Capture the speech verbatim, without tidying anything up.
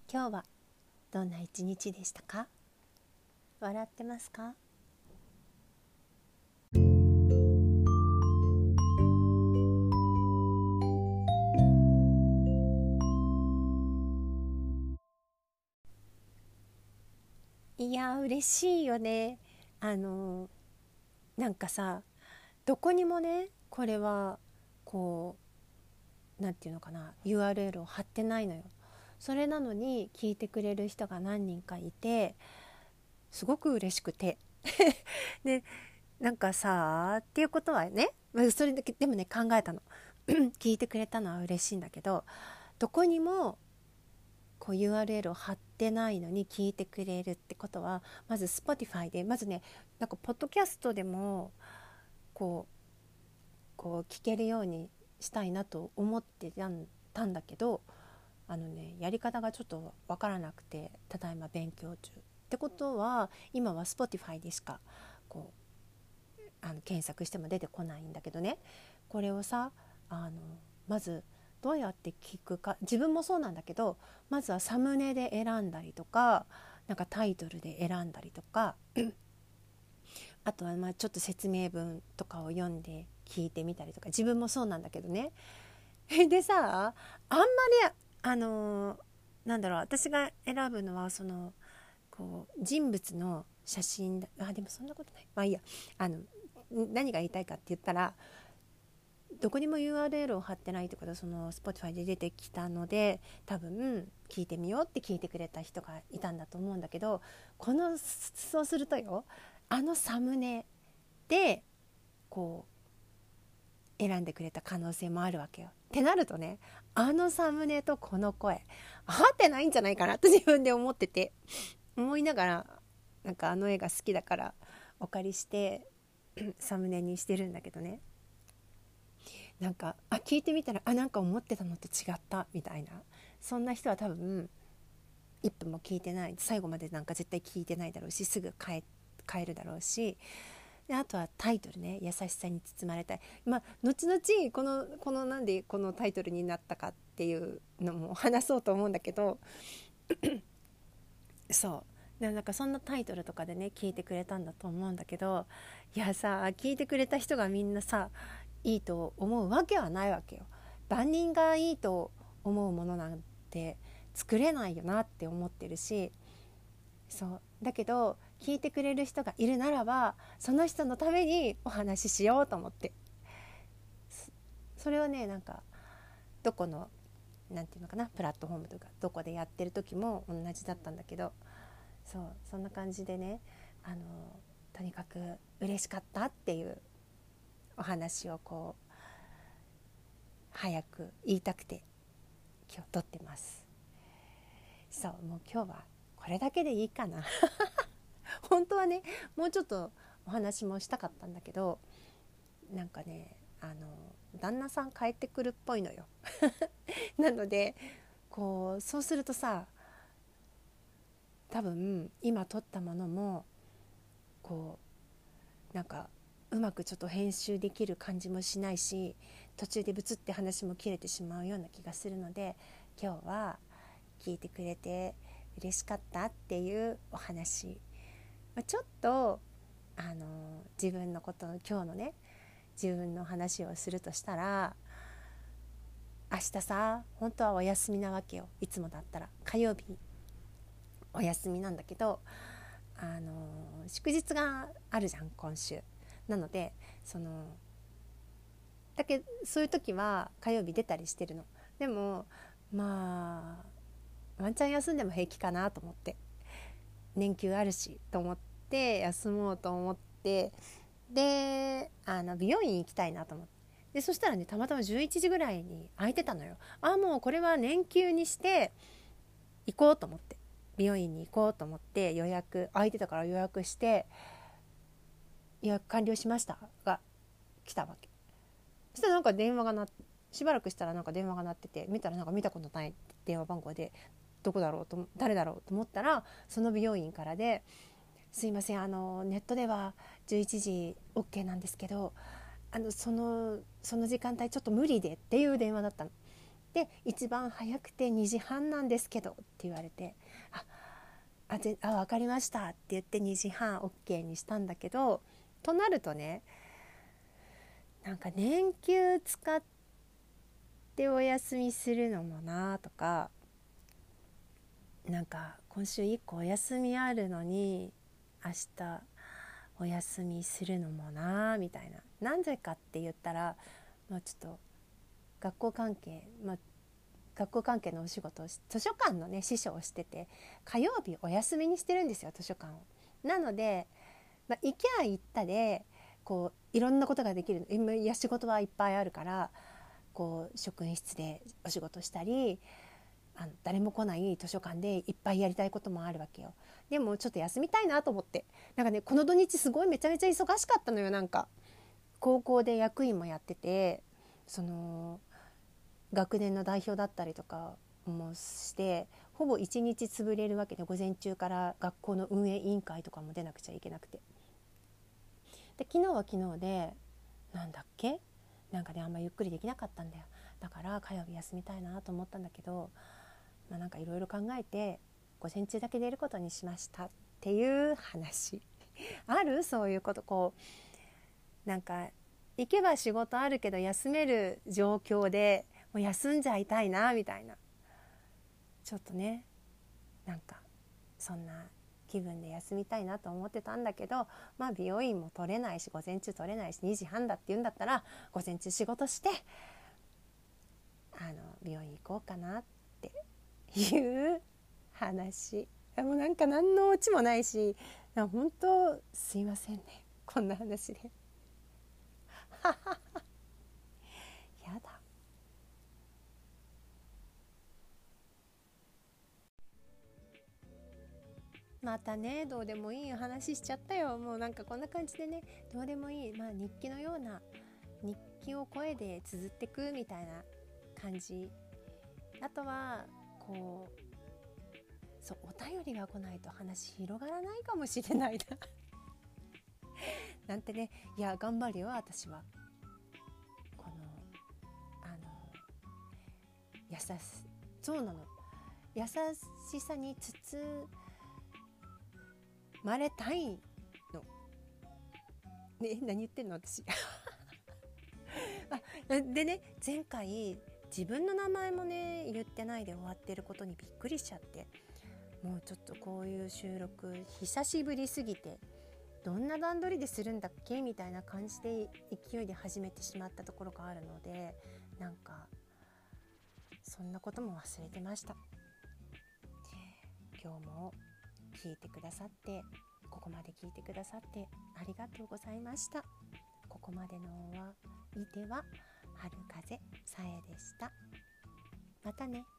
今日はどんな一日でしたか？笑ってますか？いや嬉しいよね。あのなんかさ、どこにもねこれはこうなんていうのかな ユーアールエル を貼ってないのよ。それなのに聞いてくれる人が何人かいてすごく嬉しくてでなんかさっていうことはね、それだけでもね考えたの聞いてくれたのは嬉しいんだけど、どこにもこう ユーアールエル を貼ってないのに聞いてくれるってことは、まず Spotify でまずね、なんかポッドキャストでもこうこう聞けるようにしたいなと思ってたんだけど、あのねやり方がちょっとわからなくて、ただいま勉強中ってことは、今は Spotify でしかこうあの検索しても出てこないんだけどね、これをさ、あのまずどうやって聞くか、自分もそうなんだけど、まずはサムネで選んだりとか、なんかタイトルで選んだりとかあとはまあちょっと説明文とかを読んで聞いてみたりとか、自分もそうなんだけどねでさ、あんまりあのーなんだろう、私が選ぶのはそのこう人物の写真だ、あでもそんなことない、まあいいや、あの何が言いたいかって言ったら、どこにも ユーアールエル を貼ってないってことは、その Spotify で出てきたので多分聞いてみようって聞いてくれた人がいたんだと思うんだけど、このそうするとよ、あのサムネでこう選んでくれた可能性もあるわけよ。ってなるとね、あのサムネとこの声合ってないんじゃないかなと自分で思ってて、思いながら、なんかあの絵が好きだからお借りしてサムネにしてるんだけどね、なんかあ聞いてみたら、あなんか思ってたのと違ったみたいな、そんな人は多分いっぷんも聞いてない、最後までなんか絶対聞いてないだろうし、すぐ変え変えるだろうし、であとはタイトルね、優しさに包まれたい、まあ後々このこのなんでこのタイトルになったかっていうのも話そうと思うんだけどそうでもなんかそんなタイトルとかでね聞いてくれたんだと思うんだけど、いやさ、聞いてくれた人がみんなさいいと思うわけはないわけよ。万人がいいと思うものなんて作れないよなって思ってるし、そうだけど聞いてくれる人がいるならば、その人のためにお話ししようと思って、それはね、なんかどこのなんていうのかな、プラットフォームとかどこでやってる時も同じだったんだけど、そうそんな感じでね、あのとにかく嬉しかったっていうお話をこう早く言いたくて今日撮ってます。そうもう今日はこれだけでいいかな本当はねもうちょっとお話もしたかったんだけど、なんかねあの旦那さん帰ってくるっぽいのよなのでこうそうするとさ、多分今撮ったものもこうなんかうまくちょっと編集できる感じもしないし、途中でブツって話も切れてしまうような気がするので、今日は聞いてくれて嬉しかったっていうお話、まあ、ちょっとあの自分のことの今日のね自分の話をするとしたら、明日さ本当はお休みなわけよ。いつもだったら火曜日お休みなんだけど、あの祝日があるじゃん今週。なのでそのだけそういう時は火曜日出たりしてるの。でもまあワンチャン休んでも平気かなと思って、年休あるしと思って休もうと思って、であの美容院行きたいなと思って、でそしたらねたまたまじゅういちじぐらいに空いてたのよ。あもうこれは年休にして行こうと思って、美容院に行こうと思って予約空いてたから予約して、予約完了しましたが来たわけ。そしたらなんか電話が鳴って、しばらくしたらなんか電話が鳴ってて、見たらなんか見たことない電話番号で、どこだろうと誰だろうと思ったらその美容院からで、すいませんあのネットではじゅういちじ OK なんですけど、あのそのその時間帯ちょっと無理でっていう電話だったの。 で一番早くてにじはんなんですけどって言われて、ああぜあ分かりましたって言ってにじはん OK にしたんだけど、となるとね、なんか年休使ってお休みするのもなとか、なんか今週いっこお休みあるのに明日お休みするのもなみたいな。なんでかって言ったら、まあ、ちょっと学校関係、まあ、学校関係のお仕事を図書館のね師匠をしてて、火曜日お休みにしてるんですよ、図書館を。なので、まあ、行きゃ行ったでこういろんなことができる。今いや仕事はいっぱいあるから、こう職員室でお仕事したり、あの誰も来ない図書館でいっぱいやりたいこともあるわけよ。でもちょっと休みたいなと思って、なんかねこの土日すごいめちゃめちゃ忙しかったのよ。なんか高校で役員もやってて、その学年の代表だったりとかもしてほぼ一日潰れるわけで、午前中から学校の運営委員会とかも出なくちゃいけなくて、で昨日は昨日でなんだっけなんかねあんまゆっくりできなかったんだよ。だから火曜日休みたいなと思ったんだけど、まあ、なんかいろいろ考えて午前中だけ出ることにしましたっていう話ある？そういうこと、こうなんか行けば仕事あるけど休める状況でもう休んじゃいたいなみたいな、ちょっとねなんかそんな気分で休みたいなと思ってたんだけど、まあ美容院も取れないし午前中取れないしにじはんだって言うんだったら午前中仕事してあの美容院行こうかなっていう話。もうなんか何のオチもないし、本当すいませんねこんな話でやだ。またねどうでもいい話しちゃったよ。もうなんかこんな感じでね、どうでもいい、まあ、日記のような、日記を声で綴ってくみたいな感じ。あとはこうそうお便りが来ないと話広がらないかもしれないななんてね。いや頑張るよ私は。このあの優しそうなの優しさに包まれたいの、ね、何言ってんの私あでね、前回自分の名前もね言ってないで終わってることにびっくりしちゃって、もうちょっとこういう収録久しぶりすぎてどんな段取りでするんだっけみたいな感じで勢いで始めてしまったところがあるので、なんかそんなことも忘れてました。今日も聞いてくださって、ここまで聞いてくださってありがとうございました。ここまでのお相手は春風さえでした。またね。